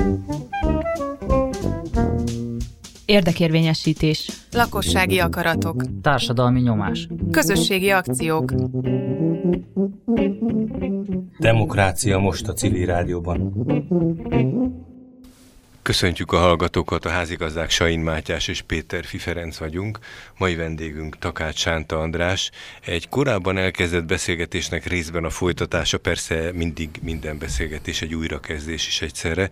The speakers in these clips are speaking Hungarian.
Érdekérvényesítés. Lakossági akaratok. Társadalmi nyomás. Közösségi akciók. Demokrácia most a Civil Rádióban. Köszöntjük a hallgatókat, a házigazdák Sain Mátyás és Péterfi Ferenc vagyunk. Mai vendégünk Takács Sánta András. Egy korábban elkezdett beszélgetésnek részben a folytatása, persze mindig minden beszélgetés egy újrakezdés is egyszerre.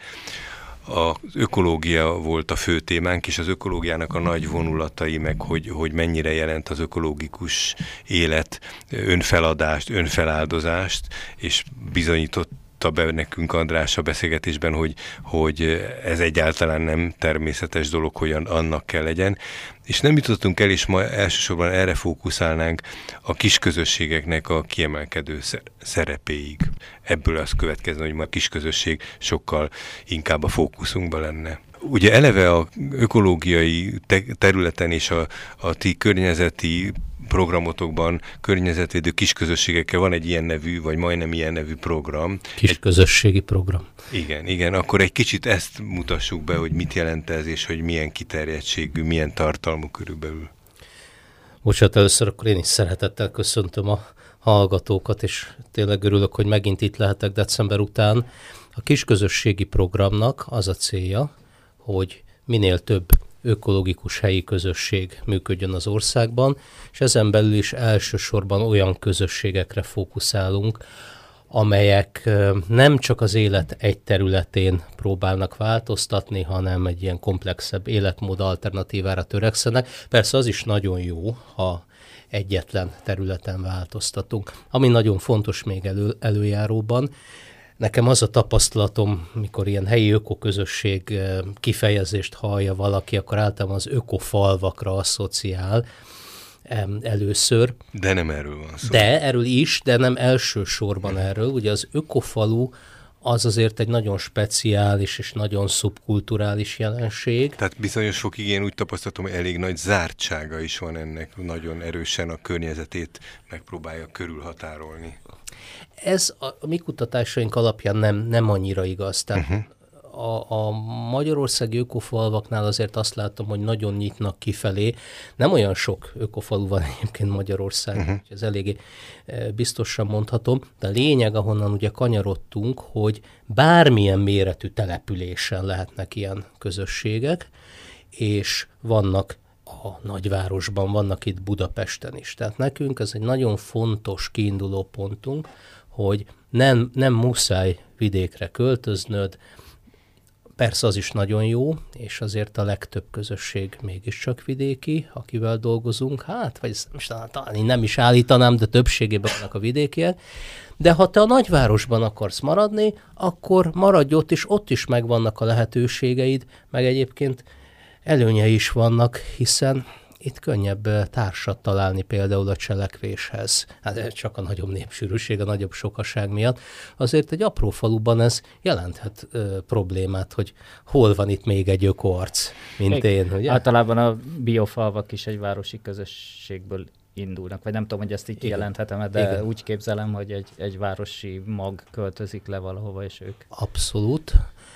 Az ökológia volt a fő témánk, és az ökológiának a nagy vonulatai, meg hogy mennyire jelent az ökológikus élet önfeladást, önfeláldozást, és bizonyította be nekünk András a beszélgetésben, hogy ez egyáltalán nem természetes dolog, hogy annak kell legyen. És nem jutottunk el, és ma elsősorban erre fókuszálnánk, a kisközösségeknek a kiemelkedő szerepéig. Ebből az következne, hogy ma a kisközösség sokkal inkább a fókuszunkban lenne. Ugye eleve a ökológiai területen és a ti környezeti programotokban környezetvédő kisközösségekkel van egy ilyen nevű, vagy majdnem ilyen nevű program. Kisközösségi program. Igen. Akkor egy kicsit ezt mutassuk be, hogy mit jelent ez, és hogy milyen kiterjedtségű, milyen tartalmú körülbelül. Bocsánat, először akkor én is szeretettel köszöntöm a hallgatókat, és tényleg örülök, hogy megint itt lehetek december után. A kisközösségi programnak az a célja, hogy minél több ökológikus helyi közösség működjön az országban, és ezen belül is elsősorban olyan közösségekre fókuszálunk, amelyek nem csak az élet egy területén próbálnak változtatni, hanem egy ilyen komplexebb életmód alternatívára törekszenek. Persze az is nagyon jó, ha egyetlen területen változtatunk. Ami nagyon fontos még előjáróban, nekem az a tapasztalatom, mikor ilyen helyi ökoközösség kifejezést hallja valaki, akkor általában az ökofalvakra asszociál először. De nem erről van szó. De erről is, de nem elsősorban erről. Ugye az ökofalu az azért egy nagyon speciális és nagyon szubkulturális jelenség. Tehát bizonyos fokig én úgy tapasztaltam, hogy elég nagy zártsága is van ennek, nagyon erősen a környezetét megpróbálja körülhatárolni. Ez a mi kutatásaink alapján nem annyira igaz. Tehát a magyarországi ökofalvaknál azért azt látom, hogy nagyon nyitnak kifelé. Nem olyan sok ökofalu van egyébként Magyarországon, ez eléggé biztosan mondhatom, de a lényeg, ahonnan ugye kanyarodtunk, hogy bármilyen méretű településen lehetnek ilyen közösségek, és vannak a nagyvárosban, vannak itt Budapesten is. Tehát nekünk ez egy nagyon fontos kiinduló pontunk, hogy nem muszáj vidékre költöznöd, persze az is nagyon jó, és azért a legtöbb közösség mégiscsak vidéki, akivel dolgozunk, vagy most talán nem is állítanám, de többségében vannak a vidékiek, de ha te a nagyvárosban akarsz maradni, akkor maradj ott, és ott is megvannak a lehetőségeid, meg egyébként előnyei is vannak, hiszen itt könnyebb társat találni például a cselekvéshez. Hát csak a nagyobb népsűrűség, a nagyobb sokaság miatt. Azért egy apró faluban ez jelenthet problémát, hogy hol van itt még egy ökoarc, mint én. Ugye? Általában a biofalvak is egy városi közösségből indulnak, vagy nem tudom, hogy ezt így jelenthetem, de igen. Úgy képzelem, hogy egy városi mag költözik le valahova, és ők... Abszolút.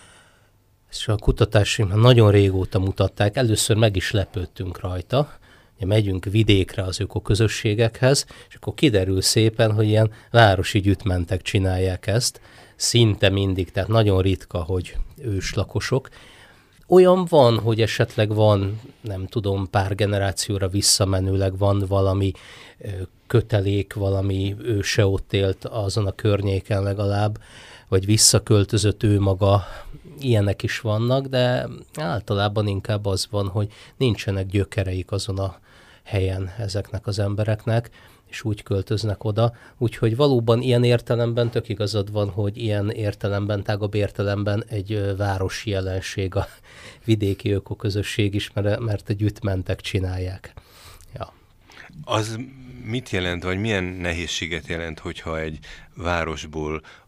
És a kutatásaim nagyon régóta mutatták, először meg is lepődtünk rajta, hogy megyünk vidékre az ökoközösségekhez, és akkor kiderül szépen, hogy ilyen városi gyütmentek csinálják ezt, szinte mindig, tehát nagyon ritka, hogy őslakosok. Olyan van, hogy esetleg van, nem tudom, pár generációra visszamenőleg van valami kötelék, valami ő se ott élt azon a környéken legalább, vagy visszaköltözött ő maga, ilyenek is vannak, de általában inkább az van, hogy nincsenek gyökereik azon a helyen ezeknek az embereknek, és úgy költöznek oda. Úgyhogy valóban ilyen értelemben tök igazad van, hogy ilyen értelemben, tágabb értelemben egy városi jelenség a vidéki ökoközösség is, mert a gyütmentek csinálják. Ja. Az mit jelent, vagy milyen nehézséget jelent, hogyha egy városból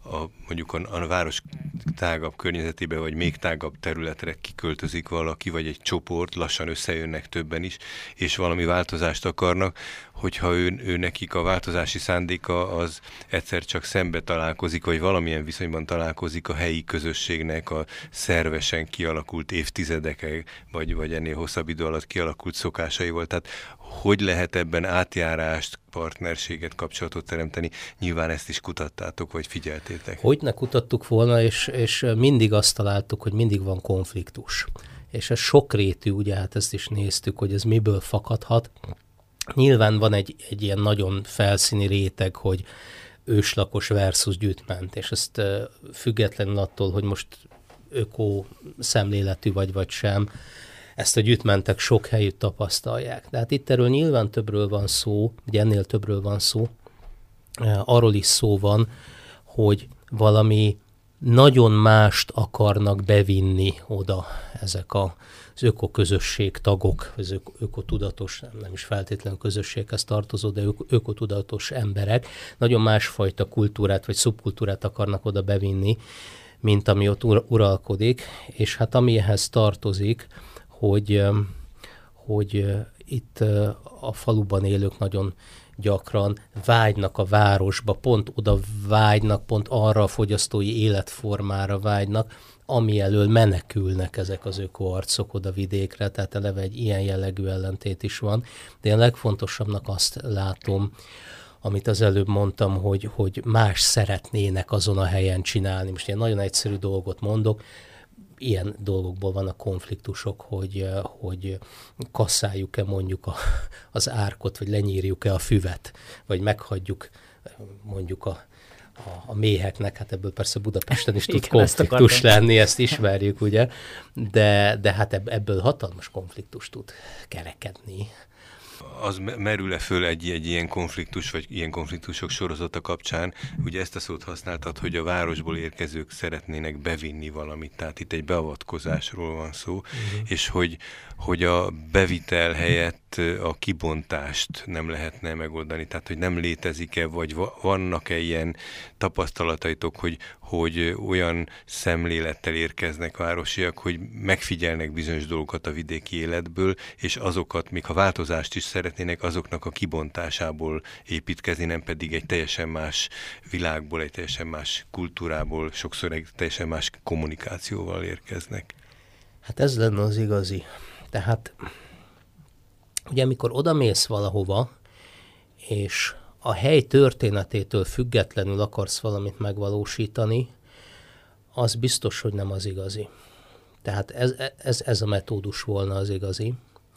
mondjuk a város tágabb környezetébe, vagy még tágabb területre kiköltözik valaki, vagy egy csoport, lassan összejönnek többen is, és valami változást akarnak, hogyha ő nekik a változási szándéka az egyszer csak szembe találkozik, vagy valamilyen viszonyban találkozik a helyi közösségnek a szervesen kialakult évtizedekig, vagy ennél hosszabb idő alatt kialakult szokásaival. Tehát hogy lehet ebben átjárást, partnerséget, kapcsolatot teremteni? Nyilván ezt is kutattátok, vagy figyeltétek. Hogy ne kutattuk volna, és mindig azt találtuk, hogy mindig van konfliktus. És ez sokrétű, ugye, hát ezt is néztük, hogy ez miből fakadhat. Nyilván van egy ilyen nagyon felszíni réteg, hogy őslakos versus gyűjtment, és ezt függetlenül attól, hogy most öko szemléletű vagy sem, ezt a gyűjtmentek sok helyütt tapasztalják. De hát itt erről nyilván többről van szó, ugye ennél többről van szó, arról is szó van, hogy valami nagyon mást akarnak bevinni oda ezek az ökoközösség tagok, az ökotudatos, nem is feltétlenül közösséghez tartozó, de ökotudatos emberek nagyon másfajta kultúrát vagy szubkultúrát akarnak oda bevinni, mint ami ott uralkodik, és hát ami ehhez tartozik, hogy itt a faluban élők nagyon gyakran vágynak a városba, pont oda vágynak, pont arra a fogyasztói életformára vágynak, ami elől menekülnek ezek az ökoarcok oda vidékre, tehát eleve egy ilyen jellegű ellentét is van. De én legfontosabbnak azt látom, amit az előbb mondtam, hogy más szeretnének azon a helyen csinálni. Most én nagyon egyszerű dolgot mondok, ilyen dolgokból vannak konfliktusok, hogy kasszáljuk-e mondjuk az árkot, vagy lenyírjuk-e a füvet, vagy meghagyjuk mondjuk a méheknek, hát ebből persze Budapesten is tud konfliktus lenni, ezt ismerjük, ugye, de hát ebből hatalmas konfliktus tud kerekedni. Az merül-e föl egy ilyen konfliktus, vagy ilyen konfliktusok sorozata kapcsán? Ugye ezt a szót használtad, hogy a városból érkezők szeretnének bevinni valamit, tehát itt egy beavatkozásról van szó, és hogy a bevitel helyett a kibontást nem lehetne megoldani, tehát hogy nem létezik-e, vagy vannak-e ilyen tapasztalataitok, hogy olyan szemlélettel érkeznek városiak, hogy megfigyelnek bizonyos dolgokat a vidéki életből, és azokat, még ha változást is szeretnének, azoknak a kibontásából építkezni, nem pedig egy teljesen más világból, egy teljesen más kultúrából, sokszor egy teljesen más kommunikációval érkeznek. Hát ez lenne az igazi. Tehát ugye amikor odamész valahova, és a hely történetétől függetlenül akarsz valamit megvalósítani, az biztos, hogy nem az igazi. Tehát ez a metódus volna az igazi.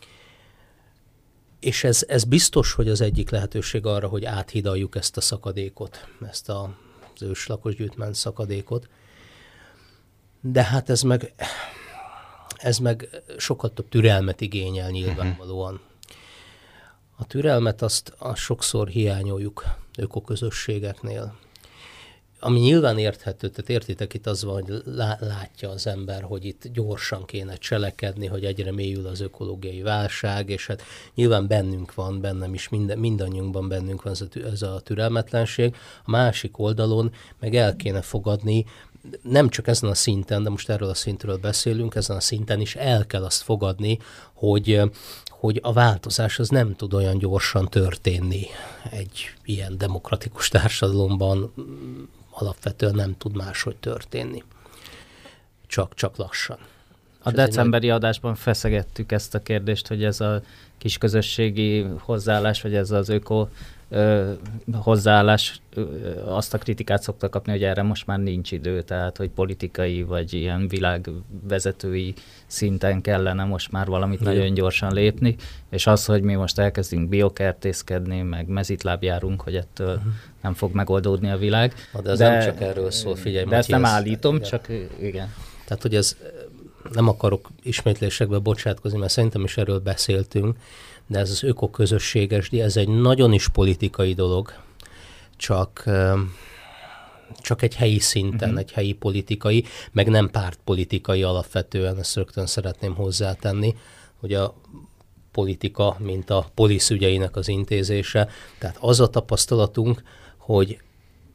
És ez biztos, hogy az egyik lehetőség arra, hogy áthidaljuk ezt a szakadékot, ezt az őslakos gyűjtment szakadékot. De hát ez meg sokkal több türelmet igényel nyilvánvalóan. A türelmet azt sokszor hiányoljuk ökoközösségeknél. Ami nyilván érthető, tehát értitek, itt az van, hogy látja az ember, hogy itt gyorsan kéne cselekedni, hogy egyre mélyül az ökológiai válság, és hát nyilván bennünk van, bennem is, mindannyiunkban bennünk van ez a türelmetlenség. A másik oldalon meg el kéne fogadni, nem csak ezen a szinten, de most erről a szintről beszélünk, ezen a szinten is el kell azt fogadni, hogy a változás az nem tud olyan gyorsan történni egy ilyen demokratikus társadalomban, alapvetően nem tud máshogy történni. Csak lassan. A decemberi adásban feszegettük ezt a kérdést, hogy ez a kis közösségi hozzáállás, vagy ez az öko hozzáállás, azt a kritikát szokta kapni, hogy erre most már nincs idő, tehát hogy politikai vagy ilyen világvezetői szinten kellene most már valamit nagyon gyorsan lépni, és az, hogy mi most elkezdünk biokertészkedni, meg mezitlábjárunk, hogy ettől nem fog megoldódni a világ. De ez nem csak erről szól, figyelj. De ezt nem állítom, igen. Csak igen. Tehát, hogy ez nem akarok ismétlésekbe bocsátkozni, mert szerintem is erről beszéltünk, de ez az ökoközösséges, ez egy nagyon is politikai dolog, csak egy helyi szinten, egy helyi politikai, meg nem pártpolitikai alapvetően, ezt rögtön szeretném hozzátenni, hogy a politika, mint a polisz ügyeinek az intézése, tehát az a tapasztalatunk, hogy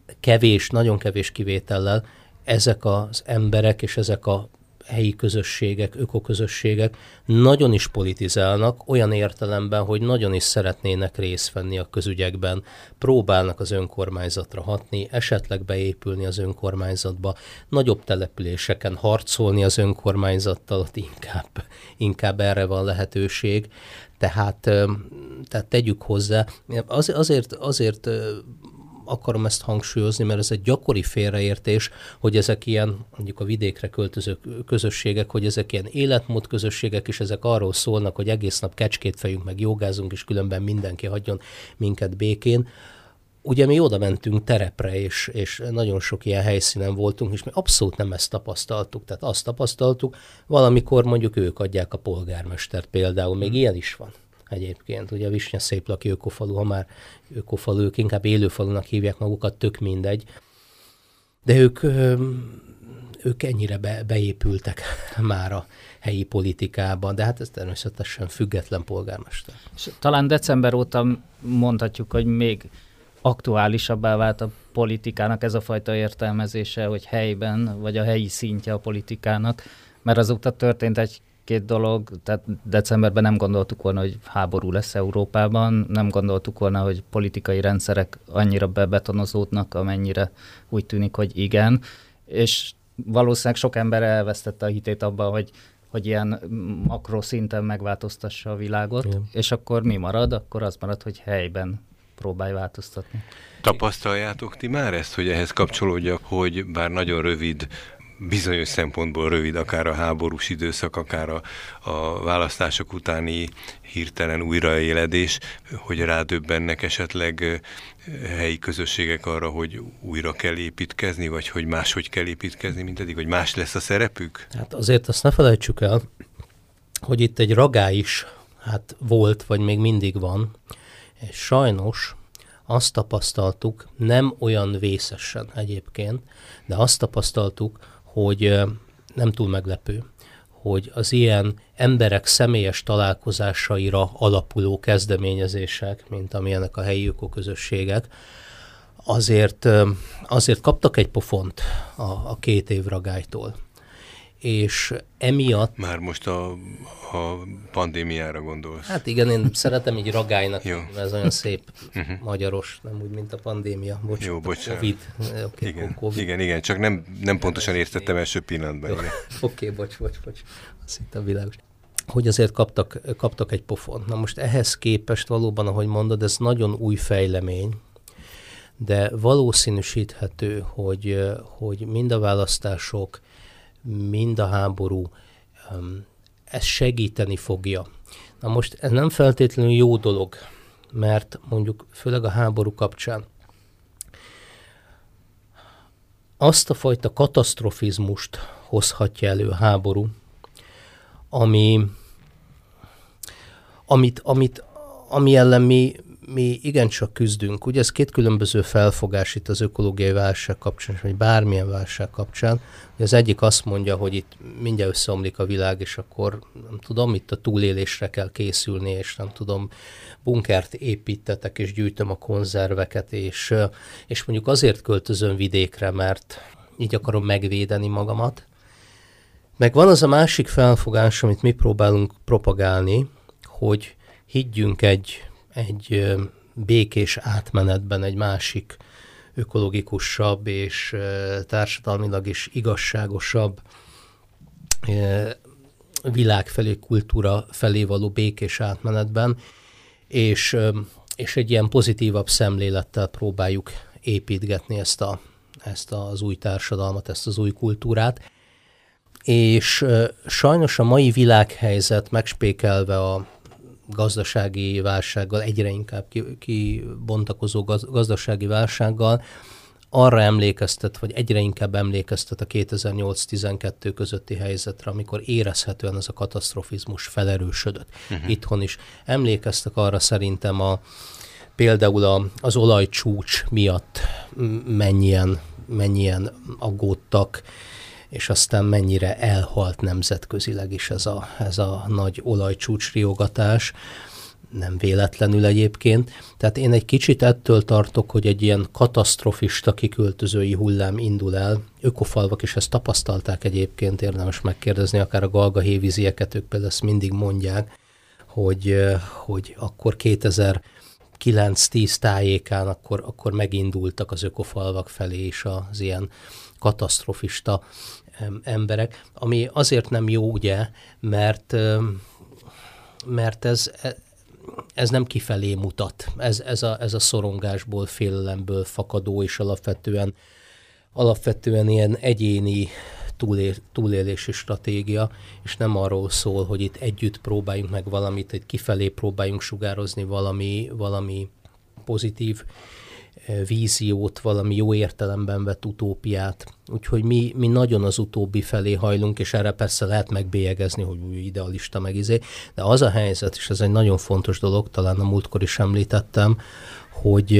nagyon kevés kivétellel ezek az emberek és ezek a helyi közösségek, ökoközösségek nagyon is politizálnak, olyan értelemben, hogy nagyon is szeretnének részt venni a közügyekben, próbálnak az önkormányzatra hatni, esetleg beépülni az önkormányzatba, nagyobb településeken harcolni az önkormányzattal, ott inkább erre van lehetőség. Tehát tegyük hozzá, azért akarom ezt hangsúlyozni, mert ez egy gyakori félreértés, hogy ezek ilyen, mondjuk a vidékre költöző közösségek, hogy ezek ilyen életmód közösségek, és ezek arról szólnak, hogy egész nap kecskét fejünk, meg jogázunk, és különben mindenki hagyjon minket békén. Ugye mi oda mentünk terepre, és nagyon sok ilyen helyszínen voltunk, és mi abszolút nem ezt tapasztaltuk. Tehát azt tapasztaltuk, valamikor mondjuk ők adják a polgármestert például, még ilyen is van. Egyébként, ugye a Visnyaszéplaki ökofalu, ha már ökofalu, ők inkább élőfalunak hívják magukat, tök mindegy, de ők ennyire beépültek már a helyi politikában, de hát ez természetesen független polgármester. És talán december óta mondhatjuk, hogy még aktuálisabbá vált a politikának ez a fajta értelmezése, hogy helyben, vagy a helyi szintje a politikának, mert azóta történt egy-két dolog, tehát decemberben nem gondoltuk volna, hogy háború lesz Európában, nem gondoltuk volna, hogy politikai rendszerek annyira bebetonozódnak, amennyire úgy tűnik, hogy igen, és valószínűleg sok ember elvesztette a hitét abban, hogy ilyen makroszinten megváltoztassa a világot, igen. És akkor mi marad? Akkor az marad, hogy helyben próbálj változtatni. Tapasztaljátok ti már ezt, hogy ehhez kapcsolódjak, hogy bár nagyon rövid, bizonyos szempontból rövid, akár a háborús időszak, akár a választások utáni hirtelen újraéledés, hogy rádöbbennek esetleg helyi közösségek arra, hogy újra kell építkezni, vagy hogy máshogy kell építkezni, mint eddig, hogy más lesz a szerepük? Hát azért azt ne felejtsük el, hogy itt egy ragá is volt, vagy még mindig van, és sajnos azt tapasztaltuk, nem olyan vészesen egyébként, de azt tapasztaltuk, hogy nem túl meglepő, hogy az ilyen emberek személyes találkozásaira alapuló kezdeményezések, mint amilyenek a helyi ökoközösségek, azért kaptak egy pofont a 2 év ragálytól. És emiatt... Már most a pandémiára gondolsz. Hát igen, én szeretem így ragálynak, mert ez olyan szép magyaros, nem úgy, mint a pandémia. Jó, bocsánat. COVID. Igen, csak nem pontosan értettem első pillanatban. Oké, bocs. Azt hittem világos. Hogy azért kaptak egy pofont. Na most ehhez képest valóban, ahogy mondod, ez nagyon új fejlemény, de valószínűsíthető, hogy mind a választások, mind a háború, ez segíteni fogja. Na most ez nem feltétlenül jó dolog, mert mondjuk főleg a háború kapcsán azt a fajta katasztrofizmust hozhatja elő a háború, ami ellen mi igencsak küzdünk. Ugye ez 2 különböző felfogás itt az ökológiai válság kapcsán, vagy bármilyen válság kapcsán. Ugye az egyik azt mondja, hogy itt mindjárt összeomlik a világ, és akkor nem tudom, itt a túlélésre kell készülni, és nem tudom, bunkert építetek, és gyűjtöm a konzerveket, és mondjuk azért költözöm vidékre, mert így akarom megvédeni magamat. Meg van az a másik felfogás, amit mi próbálunk propagálni, hogy higgyünk egy békés átmenetben, egy másik ökológikusabb és társadalmilag is igazságosabb világ felé, kultúra felé való békés átmenetben, és egy ilyen pozitívabb szemlélettel próbáljuk építgetni ezt az új társadalmat, ezt az új kultúrát. És sajnos a mai világhelyzet megspékelve a gazdasági válsággal, egyre inkább kibontakozó gazdasági válsággal, arra emlékeztet, vagy egyre inkább emlékeztet a 2008-12 közötti helyzetre, amikor érezhetően ez a katasztrofizmus felerősödött. Itthon is emlékeztek arra szerintem például az olajcsúcs miatt mennyien aggódtak, és aztán mennyire elhalt nemzetközileg is ez a nagy olajcsúcs riogatás. nem véletlenül egyébként. Tehát én egy kicsit ettől tartok, hogy egy ilyen katasztrofista kiköltözői hullám indul el. Ökofalvak is ezt tapasztalták egyébként, érdemes megkérdezni, akár a galgahévízieket, ők például ezt mindig mondják, hogy akkor 2009-10 tájékán akkor megindultak az ökofalvak felé is az ilyen katasztrofista emberek, ami azért nem jó, ugye, mert ez nem kifelé mutat. Ez a szorongásból, félelemből fakadó és alapvetően ilyen egyéni túlélési stratégia, és nem arról szól, hogy itt együtt próbáljunk meg valamit, itt kifelé próbáljunk sugározni valami pozitív víziót, valami jó értelemben vett utópiát. Úgyhogy mi nagyon az utóbbi felé hajlunk, és erre persze lehet megbélyegezni, hogy idealista meg izé, de az a helyzet, és ez egy nagyon fontos dolog, talán a múltkor is említettem, hogy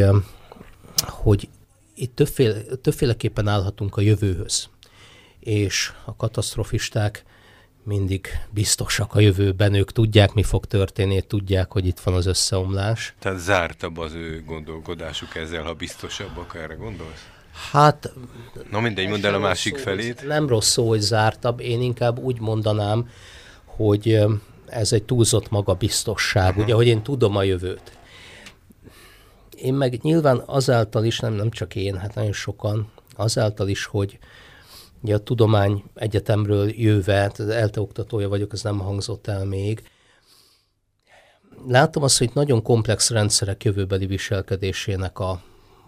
itt többféleképpen állhatunk a jövőhöz, és a katasztrofisták mindig biztosak a jövőben, ők tudják, mi fog történni, tudják, hogy itt van az összeomlás. Tehát zártabb az ő gondolkodásuk ezzel, ha biztosabbak, erre gondolsz? Hát... Na mindegy, mondd el a másik felét. Nem rossz szó, hogy zártabb, én inkább úgy mondanám, hogy ez egy túlzott magabiztosság, ugye, hogy én tudom a jövőt. Én meg nyilván azáltal is, nem csak én, hát nagyon sokan, azáltal is, hogy ugye a tudomány egyetemről jöve, ELTE oktatója vagyok, ez nem hangzott el még. Látom azt, hogy nagyon komplex rendszerek jövőbeli viselkedésének a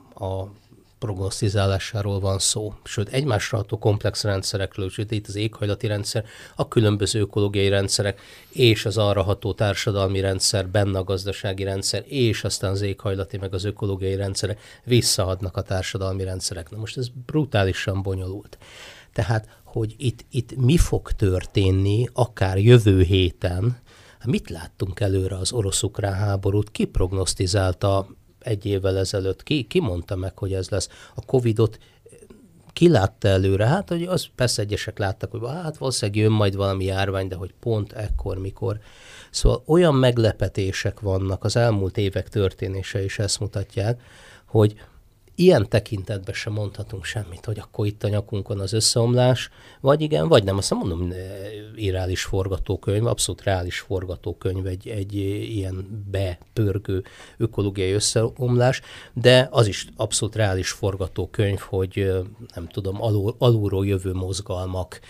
prognosztizálásáról van szó. Sőt, egymásra ható komplex rendszerekről, sőt, itt az éghajlati rendszer, a különböző ökológiai rendszerek, és az arra ható társadalmi rendszer, benne a gazdasági rendszer, és aztán az éghajlati meg az ökológiai rendszerek visszaadnak a társadalmi rendszerek. Na most ez brutálisan bonyolult. Tehát, hogy itt mi fog történni, akár jövő héten, mit láttunk előre az orosz-ukrán háborút, ki prognosztizálta egy évvel ezelőtt, ki mondta meg, hogy ez lesz. A Covidot ki látta előre? Hát, hogy az persze egyesek láttak, hogy hát valószínűleg jön majd valami járvány, de hogy pont ekkor, mikor. Szóval olyan meglepetések vannak, az elmúlt évek történése is ezt mutatják, hogy ilyen tekintetben sem mondhatunk semmit, hogy akkor itt a nyakunkon az összeomlás, vagy igen, vagy nem. Azt nem mondom, irreális forgatókönyv, abszolút reális forgatókönyv egy ilyen bepörgő ökológiai összeomlás, de az is abszolút reális forgatókönyv, hogy nem tudom, alulról jövő mozgalmak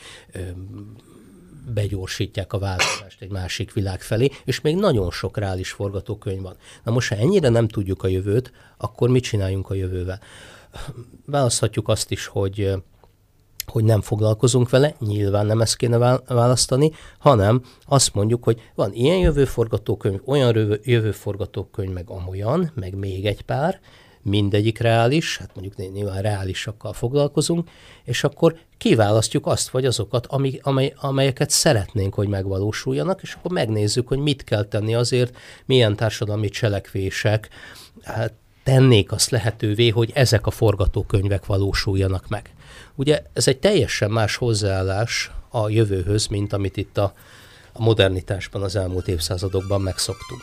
begyorsítják a változást egy másik világ felé, és még nagyon sok reális forgatókönyv van. Na most, ha ennyire nem tudjuk a jövőt, akkor mit csináljunk a jövővel? Választhatjuk azt is, hogy nem foglalkozunk vele, nyilván nem ezt kéne választani, hanem azt mondjuk, hogy van ilyen jövőforgatókönyv, olyan jövőforgatókönyv, meg amolyan, meg még egy pár, mindegyik reális, hát mondjuk nyilván reálisakkal foglalkozunk, és akkor kiválasztjuk azt vagy azokat, amelyeket szeretnénk, hogy megvalósuljanak, és akkor megnézzük, hogy mit kell tenni azért, milyen társadalmi cselekvések tennék azt lehetővé, hogy ezek a forgatókönyvek valósuljanak meg. Ugye ez egy teljesen más hozzáállás a jövőhöz, mint amit itt a modernitásban az elmúlt évszázadokban megszoktunk.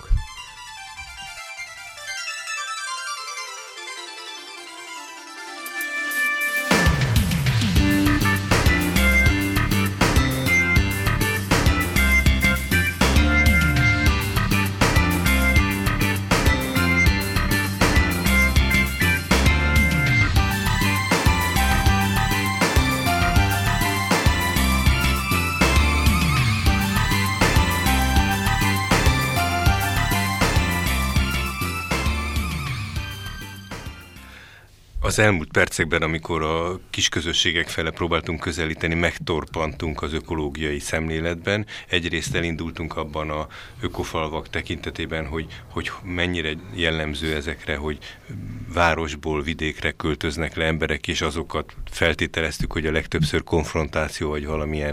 Az elmúlt percekben, amikor a kisközösségek fele próbáltunk közelíteni, megtorpantunk az ökológiai szemléletben. Egyrészt elindultunk abban a ökofalvak tekintetében, hogy mennyire jellemző ezekre, hogy városból vidékre költöznek le emberek, és azokat feltételeztük, hogy a legtöbbször konfrontáció vagy valamilyen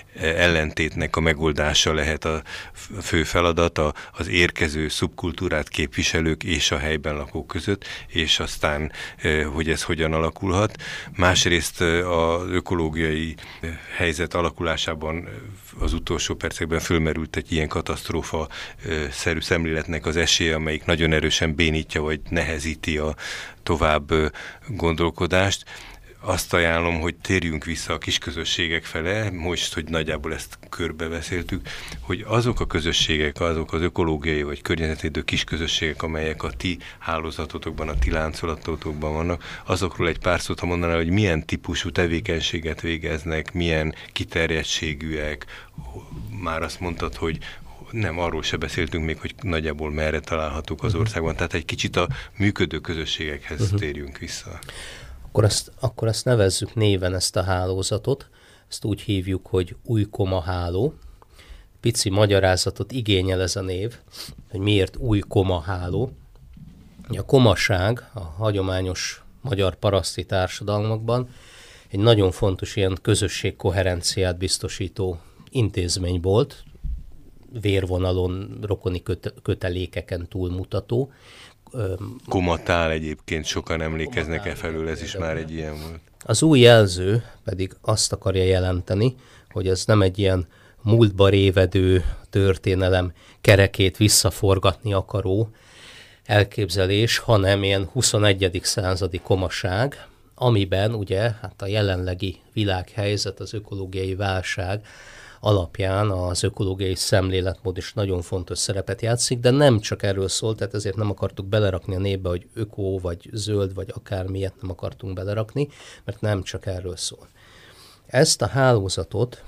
ellentétnek a megoldása lehet a fő feladat az érkező szubkultúrát képviselők és a helyben lakók között, és aztán, hogy ez hogyan alakulhat. Másrészt az ökológiai helyzet alakulásában az utolsó percekben fölmerült egy ilyen katasztrófa-szerű szemléletnek az esélye, amelyik nagyon erősen bénítja vagy nehezíti a tovább gondolkodást. Azt ajánlom, hogy térjünk vissza a kisközösségek fele, most, hogy nagyjából ezt körbebeszéltük, hogy azok a közösségek, azok az ökológiai vagy környezetvédő kisközösségek, amelyek a ti hálózatotokban, a ti láncolatotokban vannak, azokról egy pár szót, ha mondaná, hogy milyen típusú tevékenységet végeznek, milyen kiterjedtségűek, már azt mondtad, hogy nem, arról se beszéltünk még, hogy nagyjából merre találhatók az országban, tehát egy kicsit a működő közösségekhez térjünk vissza. Akkor ezt nevezzük néven, ezt a hálózatot, ezt úgy hívjuk, hogy Új Koma Háló. Pici magyarázatot igényel ez a név, hogy miért Új Koma Háló. A komaság a hagyományos magyar paraszti társadalmakban egy nagyon fontos ilyen közösségkoherenciát biztosító intézmény volt, vérvonalon, rokoni kötelékeken túlmutató. Komatál egyébként, sokan emlékeznek felől, ez is már egy ilyen volt. Az új jelző pedig azt akarja jelenteni, hogy ez nem egy ilyen múltba révedő történelem kerekét visszaforgatni akaró elképzelés, hanem ilyen 21. századi komaság, amiben ugye hát a jelenlegi világhelyzet, az ökológiai válság alapján az ökológiai szemléletmód is nagyon fontos szerepet játszik, de nem csak erről szól, tehát ezért nem akartuk belerakni a névbe, hogy öko, vagy zöld, vagy akármilyet nem akartunk belerakni, mert nem csak erről szól. Ezt a hálózatot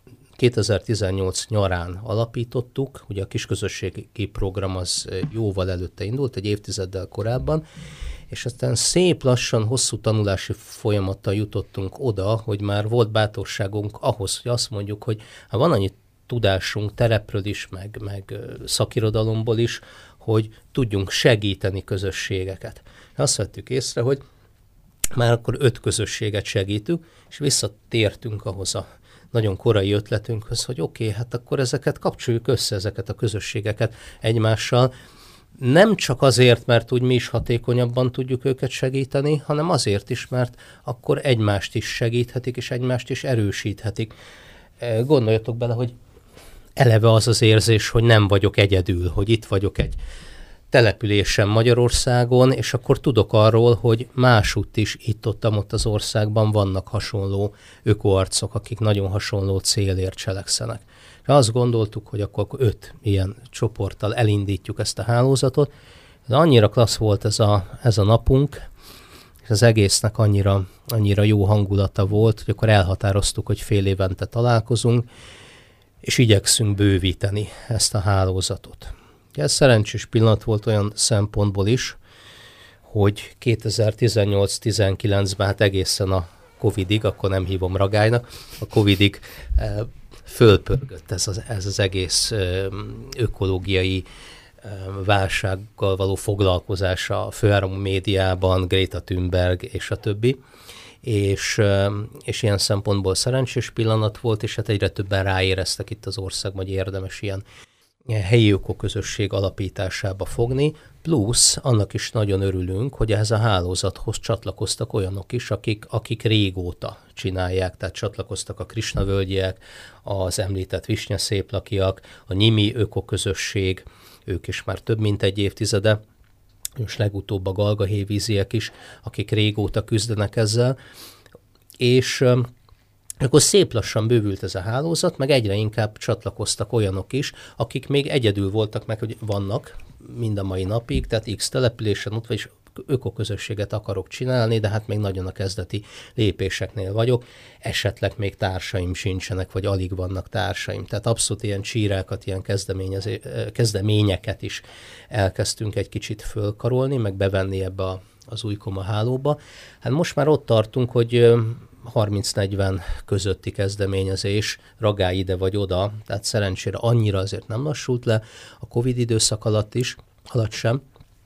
2018 nyarán alapítottuk, ugye a kisközösségi program az jóval előtte indult, egy évtizeddel korábban, és aztán szép lassan, hosszú tanulási folyamattal jutottunk oda, hogy már volt bátorságunk ahhoz, hogy azt mondjuk, hogy van annyi tudásunk terepről is, meg szakirodalomból is, hogy tudjunk segíteni közösségeket. Azt vettük észre, hogy már akkor 5 közösséget segítünk, és visszatértünk ahhoz a nagyon korai ötletünkhöz, hogy oké, hát akkor ezeket kapcsoljuk össze, ezeket a közösségeket egymással, nem csak azért, mert úgy mi is hatékonyabban tudjuk őket segíteni, hanem azért is, mert akkor egymást is segíthetik, és egymást is erősíthetik. Gondoljatok bele, hogy eleve az az érzés, hogy nem vagyok egyedül, hogy itt vagyok egy településen Magyarországon, és akkor tudok arról, hogy másutt is itt-ott az országban vannak hasonló ökoarcok, akik nagyon hasonló célért cselekszenek. És azt gondoltuk, hogy akkor 5 ilyen csoporttal elindítjuk ezt a hálózatot. Ez annyira klassz volt ez a napunk, és az egésznek annyira jó hangulata volt, hogy akkor elhatároztuk, hogy fél évente találkozunk, és igyekszünk bővíteni ezt a hálózatot. Ez szerencsés pillanat volt olyan szempontból is, hogy 2018-19-ben, hát egészen a Covidig, akkor nem hívom ragálynak, a Covidig fölpörgött ez az egész ökológiai válsággal való foglalkozása a főáramú médiában, Greta Thunberg és a többi. És ilyen szempontból szerencsés pillanat volt, és hát egyre többen ráéreztek itt az országban, hogy érdemes ilyen helyi ökoközösség alapításába fogni, plusz annak is nagyon örülünk, hogy ehhez a hálózathoz csatlakoztak olyanok is, akik régóta csinálják, tehát csatlakoztak a Krisna-völgyiek, az említett visnyaszéplakiak, a nyimi ökoközösség, ők is már több mint egy évtizede, és legutóbb a galgahévíziek is, akik régóta küzdenek ezzel, és akkor szép lassan bővült ez a hálózat, meg egyre inkább csatlakoztak olyanok is, akik még egyedül voltak, meg hogy vannak mind a mai napig, tehát X településen ott vagy, és ökoközösséget akarok csinálni, de hát még nagyon a kezdeti lépéseknél vagyok, esetleg még társaim sincsenek, vagy alig vannak társaim. Tehát abszolút ilyen csírákat, ilyen kezdeményeket is elkezdtünk egy kicsit fölkarolni, meg bevenni ebbe az Új Koma hálóba. Hát most már ott tartunk, hogy 30-40 közötti kezdeményezés, ragály ide vagy oda, tehát szerencsére annyira azért nem lassult le, a Covid időszak alatt sem,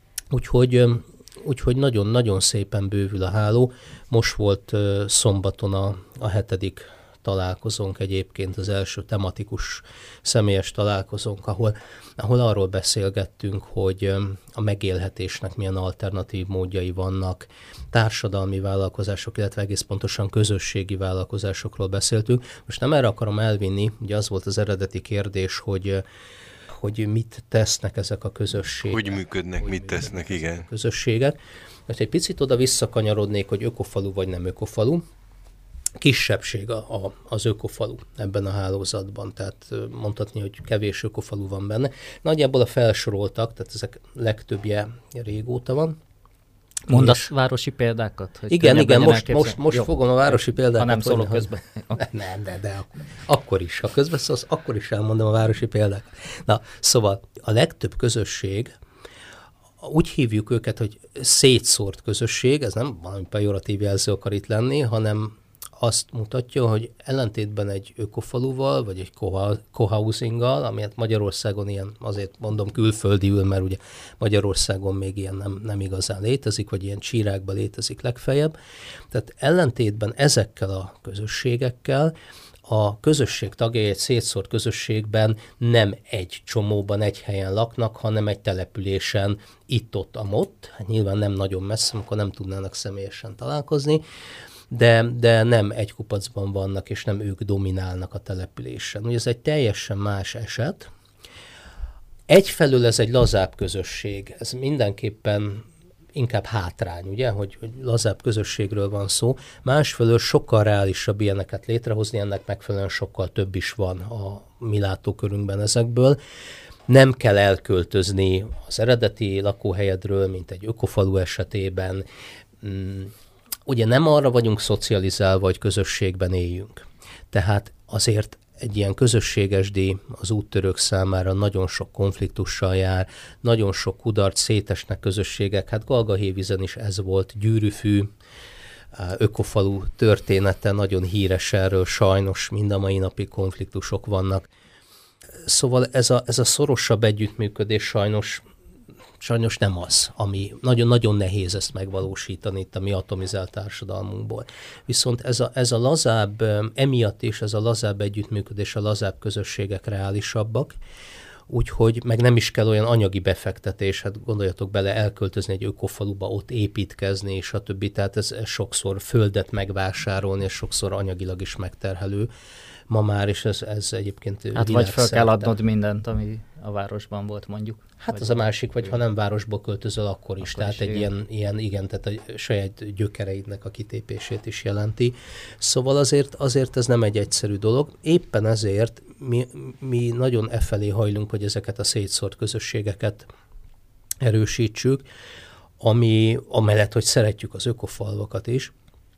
úgyhogy nagyon-nagyon szépen bővül a háló. Most volt szombaton a 7. találkozónk egyébként, az első tematikus személyes találkozónk, ahol arról beszélgettünk, hogy a megélhetésnek milyen alternatív módjai vannak, társadalmi vállalkozások, illetve egész pontosan közösségi vállalkozásokról beszéltünk. Most nem erre akarom elvinni, ugye az volt az eredeti kérdés, hogy mit tesznek ezek a közösségek. Hogy működnek, mit tesznek, igen. A közösségek. Most egy picit oda visszakanyarodnék, hogy ökofalu vagy nem ökofalu. Kisebbség az ökofalu ebben a hálózatban, tehát mondhatni, hogy kevés ökofalu van benne. Nagyjából a felsoroltak, tehát ezek legtöbbje régóta van. Mondasz városi példákat? Hogy igen, most fogom a városi példákat. Ha nem szólok közben. Nem, de akkor is. Ha közbeszólsz, akkor is elmondom a városi példákat. Na, szóval a legtöbb közösség, úgy hívjuk őket, hogy szétszórt közösség, ez nem valami pejoratív jelző akar itt lenni, hanem azt mutatja, hogy ellentétben egy ökofaluval, vagy egy cohousinggal, ami hát Magyarországon ilyen, azért mondom külföldiül, mert ugye Magyarországon még ilyen nem igazán létezik, vagy ilyen csírákban létezik legfeljebb. Tehát ellentétben ezekkel a közösségekkel a közösség tagjai egy szétszórt közösségben nem egy csomóban, egy helyen laknak, hanem egy településen itt-ott, amott. Hát nyilván nem nagyon messze, amikor nem tudnának személyesen találkozni, de nem egy kupacban vannak, és nem ők dominálnak a településen. Ugye ez egy teljesen más eset. Egyfelől ez egy lazább közösség, ez mindenképpen inkább hátrány, ugye, hogy lazább közösségről van szó. Másfelől sokkal reálisabb ilyeneket létrehozni, ennek megfelelően sokkal több is van a mi látókörünkben ezekből. Nem kell elköltözni az eredeti lakóhelyedről, mint egy ökofalu esetében. Ugye nem arra vagyunk szocializálva, hogy közösségben éljünk. Tehát azért egy ilyen közösséges díj az úttörők számára nagyon sok konfliktussal jár, nagyon sok kudarc, szétesnek közösségek. Hát Galgahévízen is ez volt, Gyűrűfű, ökofalu története, nagyon híres erről, sajnos mind a mai napig konfliktusok vannak. Szóval ez a szorosabb együttműködés sajnos nem az, ami nagyon-nagyon nehéz ezt megvalósítani itt a mi atomizált társadalmunkból. Viszont ez a lazább, emiatt is ez a lazább együttműködés, a lazább közösségek reálisabbak, úgyhogy meg nem is kell olyan anyagi befektetés, hát gondoljatok bele, elköltözni egy ökofaluba, ott építkezni, és a többi, tehát ez sokszor földet megvásárolni, és sokszor anyagilag is megterhelő ma már, és ez egyébként hát vagy fel kell adnod mindent, ami a városban volt, mondjuk. Hát az a másik, vagy ha nem városból költözöl, akkor is. Tehát egy ilyen, igen, tehát a saját gyökereidnek a kitépését is jelenti. Szóval azért ez nem egy egyszerű dolog. Éppen ezért mi nagyon efelé hajlunk, hogy ezeket a szétszórt közösségeket erősítsük, amellett, hogy szeretjük az ökofalvakat is,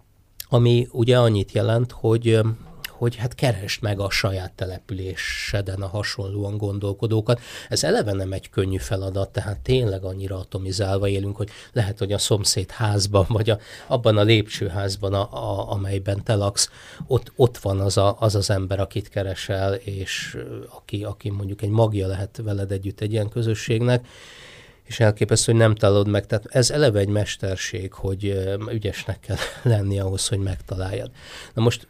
ami ugye annyit jelent, hogy hát keresd meg a saját településeden a hasonlóan gondolkodókat. Ez eleve nem egy könnyű feladat, tehát tényleg annyira atomizálva élünk, hogy lehet, hogy a szomszéd házban, vagy abban a lépcsőházban, amelyben te laksz, ott van az ember, akit keresel, és aki mondjuk egy magja lehet veled együtt egy ilyen közösségnek, és elképesztő, hogy nem találod meg. Tehát ez eleve egy mesterség, hogy ügyesnek kell lenni ahhoz, hogy megtaláljad. Na most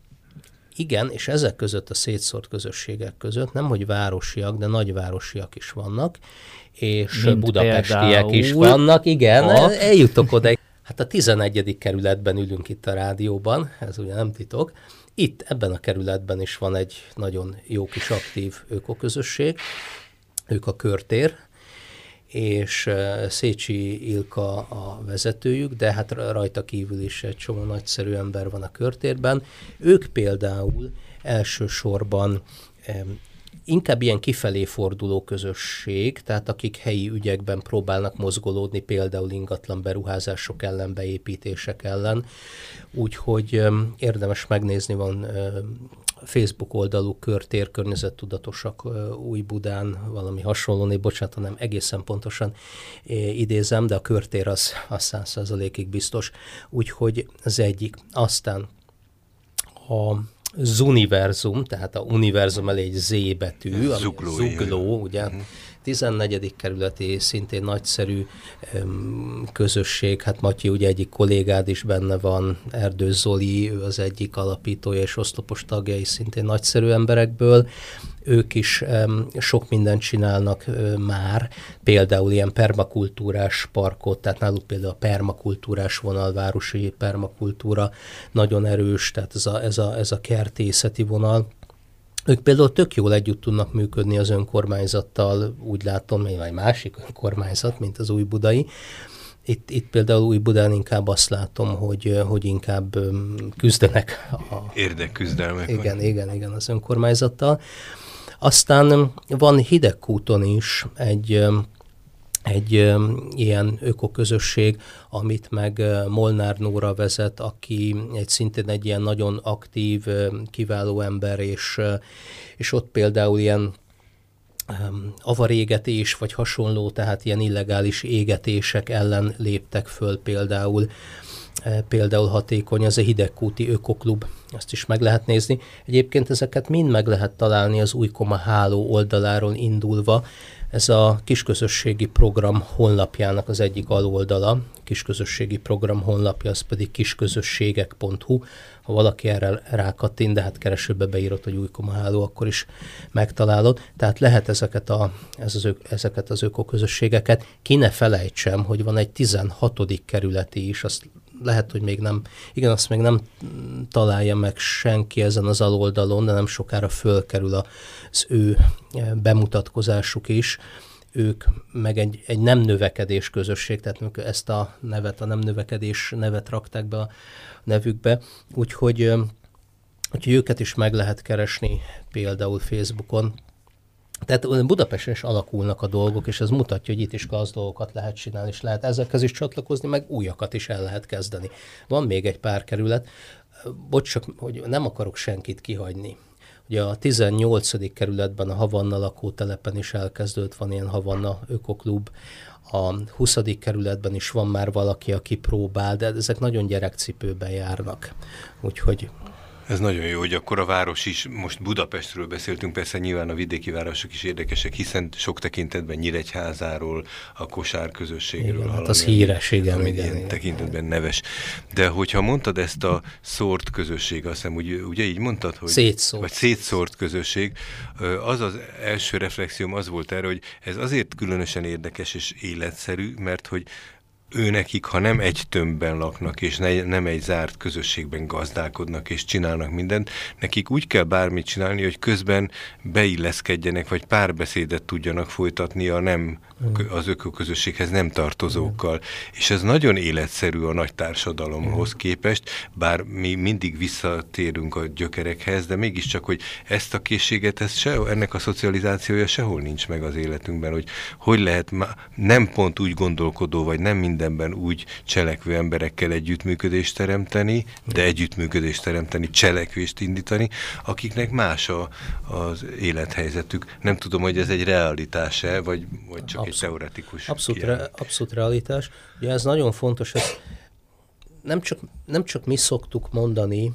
igen, és ezek között a szétszórt közösségek között nem, hogy városiak, de nagyvárosiak is vannak, és mint budapestiek is vannak. Igen, eljutok oda. Hát a 11. kerületben ülünk itt a rádióban, ez ugye nem titok. Itt, ebben a kerületben is van egy nagyon jó kis aktív ökoközösség, ők a Körtér, és Szécsi Ilka a vezetőjük, de hát rajta kívül is egy csomó nagyszerű ember van a Körtérben. Ők például elsősorban inkább ilyen kifelé forduló közösség, tehát akik helyi ügyekben próbálnak mozgolódni, például ingatlan beruházások ellen, beépítések ellen. Úgyhogy érdemes megnézni, van Facebook oldaluk, Körtér, környezettudatosak Újbudán, valami hasonló, bocsánat, hanem egészen pontosan idézem, de a Körtér az 100%-ig biztos. Úgyhogy az egyik. Aztán az univerzum, tehát a univerzum elé egy Z betű, Zugló, Zugló, ugye, 14. kerületi szintén nagyszerű közösség, hát Matyi ugye egyik kollégád is benne van, Erdős Zoli, ő az egyik alapítója és oszlopos tagja is szintén nagyszerű emberekből. Ők is sok mindent csinálnak már, például ilyen permakultúrás parkot, tehát náluk például a permakultúrás vonal, városi permakultúra nagyon erős, tehát ez a kertészeti vonal. Ők például tök jól együtt tudnak működni az önkormányzattal, úgy látom, vagy másik önkormányzat, mint az Újbudai. Itt például Újbudán inkább azt látom, hogy inkább küzdenek. Érdekküzdelmek. Igen, az önkormányzattal. Aztán van Hidegkúton is egy ilyen ökoközösség, amit meg Molnár Nóra vezet, aki szintén egy ilyen nagyon aktív, kiváló ember, és ott például ilyen avarégetés vagy hasonló, tehát ilyen illegális égetések ellen léptek föl például hatékony, az a Hidegkúti Ökoklub, azt is meg lehet nézni. Egyébként ezeket mind meg lehet találni az Újkoma Háló oldaláról indulva. Ez a kisközösségi program honlapjának az egyik aloldala, kisközösségi program honlapja, az pedig kisközösségek.hu. Ha valaki erre rákattint, de hát keresőbe beírod, hogy Újkoma Háló, akkor is megtalálod. Tehát lehet ezeket az ökoközösségeket. Ki ne felejtsem, hogy van egy 16. kerületi is, azt lehet, hogy még nem, igen, azt még nem találja meg senki ezen az aloldalon, de nem sokára fölkerül az ő bemutatkozásuk is. Ők meg egy nem növekedés közösség, tehát ezt a nevet, a nem növekedés nevet rakták be a nevükbe, úgyhogy őket is meg lehet keresni például Facebookon. Tehát Budapesten is alakulnak a dolgok, és ez mutatja, hogy itt is gazd dolgokat lehet csinálni, és lehet ezekhez is csatlakozni, meg újakat is el lehet kezdeni. Van még egy pár kerület, bocs, csak hogy nem akarok senkit kihagyni. Ugye a 18. kerületben a Havanna lakótelepen is elkezdődött, van ilyen Havanna Ökoklub, a 20. kerületben is van már valaki, aki próbál, de ezek nagyon gyerekcipőben járnak. Úgyhogy ez nagyon jó, hogy akkor a város is, most Budapestről beszéltünk, persze nyilván a vidéki városok is érdekesek, hiszen sok tekintetben Nyíregyházáról, a kosár közösségről hallani. Hát az híres, igen. Tekintetben neves. De hogyha mondtad ezt a szórt közösség, azt hiszem, ugye így mondtad, hogy... Szétszórt közösség, az első reflexióm az volt erre, hogy ez azért különösen érdekes és életszerű, mert hogy őnekik, ha nem egy tömbben laknak, és nem egy zárt közösségben gazdálkodnak, és csinálnak mindent, nekik úgy kell bármit csinálni, hogy közben beilleszkedjenek, vagy párbeszédet tudjanak folytatni az ökoközösséghez nem tartozókkal. És ez nagyon életszerű a nagy társadalomhoz képest, bár mi mindig visszatérünk a gyökerekhez, de mégiscsak, hogy ezt a készséget, ennek a szocializációja sehol nincs meg az életünkben, hogy lehet nem pont úgy gondolkodó, vagy nem mindenben úgy cselekvő emberekkel együttműködést teremteni, de együttműködést teremteni, cselekvést indítani, akiknek más az élethelyzetük. Nem tudom, hogy ez egy realitás-e, vagy csak egy teoretikus abszolút realitás. Ugye ez nagyon fontos, ez nem csak mi szoktuk mondani,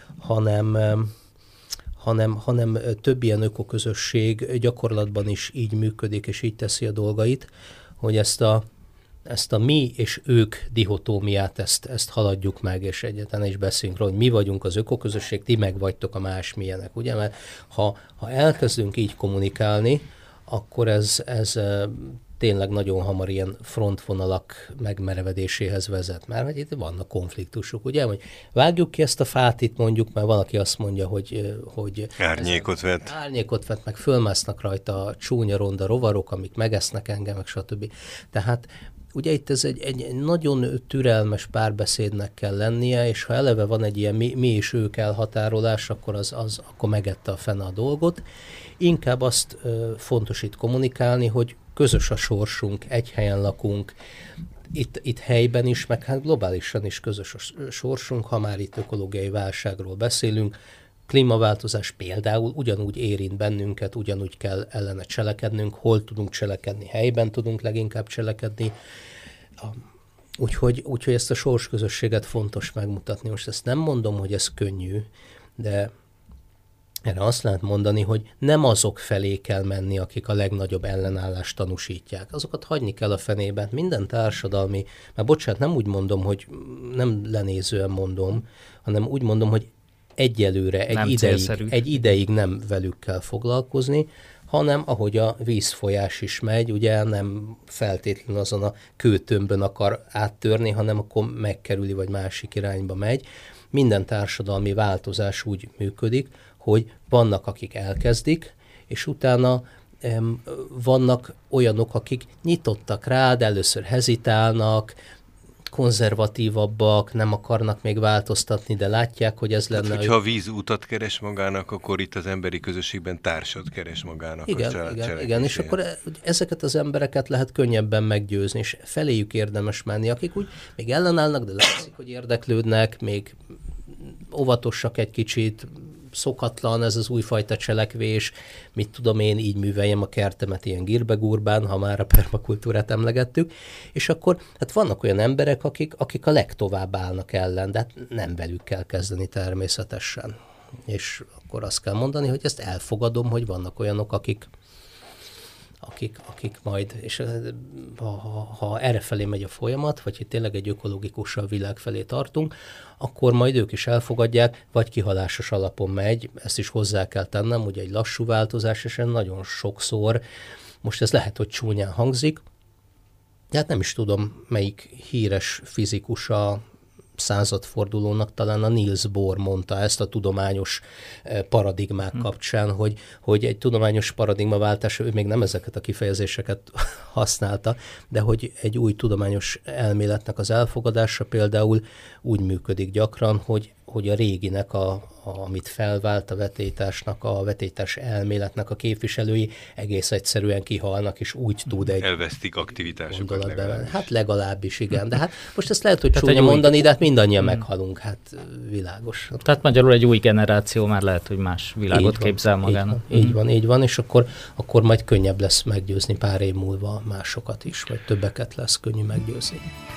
hanem több ilyen ökoközösség gyakorlatban is így működik, és így teszi a dolgait, hogy ezt a mi és ők dihotómiát, ezt haladjuk meg, és egyáltalán is beszélünk róla, hogy mi vagyunk az ökoközösség, ti meg vagytok a másmilyenek, ugye? Mert ha elkezdünk így kommunikálni, akkor ez tényleg nagyon hamar ilyen frontvonalak megmerevedéséhez vezet. Mert itt vannak konfliktusok, ugye? Hogy vágjuk ki ezt a fát itt mondjuk, mert valaki azt mondja, hogy árnyékot vet, meg fölmásznak rajta a csúnya ronda rovarok, amik megesznek engem, meg stb. Tehát ugye itt ez egy nagyon türelmes párbeszédnek kell lennie, és ha eleve van egy ilyen mi és ők elhatárolás, akkor akkor megette a fene a dolgot. Inkább azt fontos itt kommunikálni, hogy közös a sorsunk, egy helyen lakunk, itt helyben is, meg hát globálisan is közös a sorsunk, ha már itt ökológiai válságról beszélünk. Klímaváltozás például ugyanúgy érint bennünket, ugyanúgy kell ellene cselekednünk, hol tudunk cselekedni, helyben tudunk leginkább cselekedni. Úgyhogy ezt a sorsközösséget fontos megmutatni. Most ezt nem mondom, hogy ez könnyű, de erre azt lehet mondani, hogy nem azok felé kell menni, akik a legnagyobb ellenállást tanúsítják. Azokat hagyni kell a fenébe. Minden társadalmi, már bocsánat, nem úgy mondom, hogy nem lenézően mondom, hanem úgy mondom, hogy egyelőre, egy ideig nem velük kell foglalkozni, hanem ahogy a vízfolyás is megy, ugye nem feltétlenül azon a kőtömbön akar áttörni, hanem akkor megkerüli, vagy másik irányba megy. Minden társadalmi változás úgy működik, hogy vannak, akik elkezdik, és utána vannak olyanok, akik nyitottak rá, de először hezitálnak, konzervatívabbak, nem akarnak még változtatni, de látják, hogy ez lenne... hogyha a víz utat keres magának, akkor itt az emberi közösségben társat keres magának. Igen, és akkor ezeket az embereket lehet könnyebben meggyőzni, és feléjük érdemes menni, akik úgy még ellenállnak, de látszik, hogy érdeklődnek, még óvatosak egy kicsit, szokatlan ez az újfajta cselekvés, mit tudom én, így műveljem a kertemet ilyen gírbe-gúrbán, ha már a permakultúrát emlegettük, és akkor hát vannak olyan emberek, akik a legtovább állnak ellen, de hát nem velük kell kezdeni természetesen. És akkor azt kell mondani, hogy ezt elfogadom, hogy vannak olyanok, akik majd, és ha errefelé megy a folyamat, vagy hogy tényleg egy ökológikusabb világ felé tartunk, akkor majd ők is elfogadják, vagy kihalásos alapon megy, ezt is hozzá kell tennem, ugye egy lassú változás, és nagyon sokszor, most ez lehet, hogy csúnyán hangzik, de hát nem is tudom, melyik híres fizikus a századfordulónak, talán a Niels Bohr mondta ezt a tudományos paradigmák kapcsán, hogy egy tudományos paradigmaváltás, ő még nem ezeket a kifejezéseket használta, de hogy egy új tudományos elméletnek az elfogadása például úgy működik gyakran, hogy a réginek, amit felvált a vetélytársnak, a vetélytárs elméletnek a képviselői egész egyszerűen kihalnak, és úgy tud egy... Elvesztik aktivitásukat legalábbis. Hát legalábbis, igen. De hát most ezt lehet, hogy csúnya mondani, de hát mindannyian meghalunk, hát világos. Tehát magyarul egy új generáció már lehet, hogy más világot képzel magának. Így van, és akkor majd könnyebb lesz meggyőzni pár év múlva másokat is, vagy többeket lesz könnyű meggyőzni.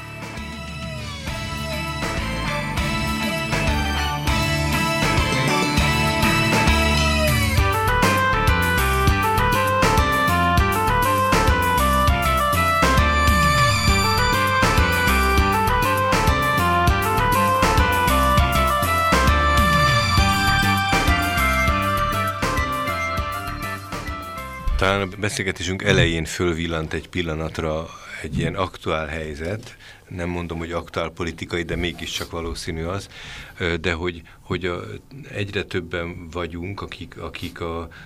Talán a beszélgetésünk elején fölvillant egy pillanatra egy ilyen aktuál helyzet, nem mondom, hogy aktuál politikai, de mégiscsak valószínű az, de hogy egyre többen vagyunk, akik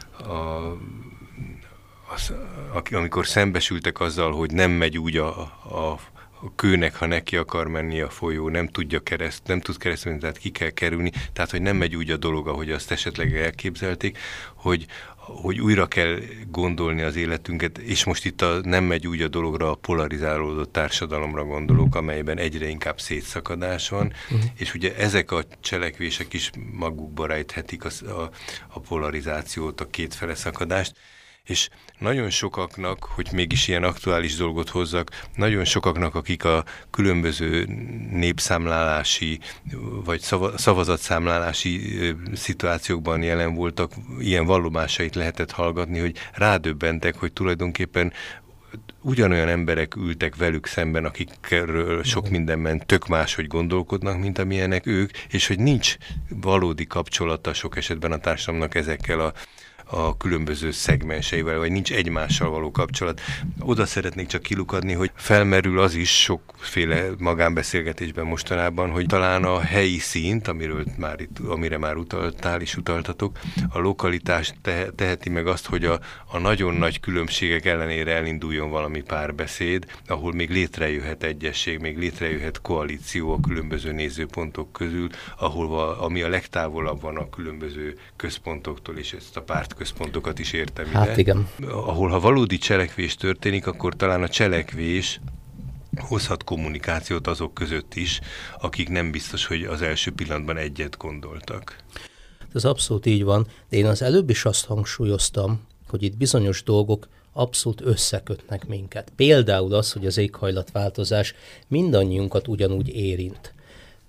amikor szembesültek azzal, hogy nem megy úgy a kőnek, ha neki akar menni a folyó, nem tud keresztülni, tehát ki kell kerülni, tehát hogy nem megy úgy a dolog, ahogy azt esetleg elképzelték, hogy újra kell gondolni az életünket, és most itt nem megy úgy a dologra, a polarizálódott társadalomra gondolok, amelyben egyre inkább szétszakadás van, és ugye ezek a cselekvések is magukba rejthetik a polarizációt, a kétfele szakadást, és nagyon sokaknak, hogy mégis ilyen aktuális dolgot hozzak, nagyon sokaknak, akik a különböző népszámlálási vagy szavazatszámlálási szituációkban jelen voltak, ilyen vallomásait lehetett hallgatni, hogy rádöbbentek, hogy tulajdonképpen ugyanolyan emberek ültek velük szemben, akikről sok mindenben tök máshogy gondolkodnak, mint amilyenek ők, és hogy nincs valódi kapcsolata sok esetben a társadalomnak ezekkel a különböző szegmenseivel, vagy nincs egymással való kapcsolat. Oda szeretnék csak kilukadni, hogy felmerül az is sokféle magánbeszélgetésben mostanában, hogy talán a helyi szint, amire már utaltál és utaltatok, a lokalitás teheti meg azt, hogy a nagyon nagy különbségek ellenére elinduljon valami párbeszéd, ahol még létrejöhet egyesség, még létrejöhet koalíció a különböző nézőpontok közül, ami a legtávolabb van a különböző központoktól, és ezt a pártközpontokat is értem ide. Hát igen. Ahol ha valódi cselekvés történik, akkor talán a cselekvés hozhat kommunikációt azok között is, akik nem biztos, hogy az első pillanatban egyet gondoltak. Ez abszolút így van, de én az előbb is azt hangsúlyoztam, hogy itt bizonyos dolgok abszolút összekötnek minket. Például az, hogy az éghajlatváltozás mindannyiunkat ugyanúgy érint.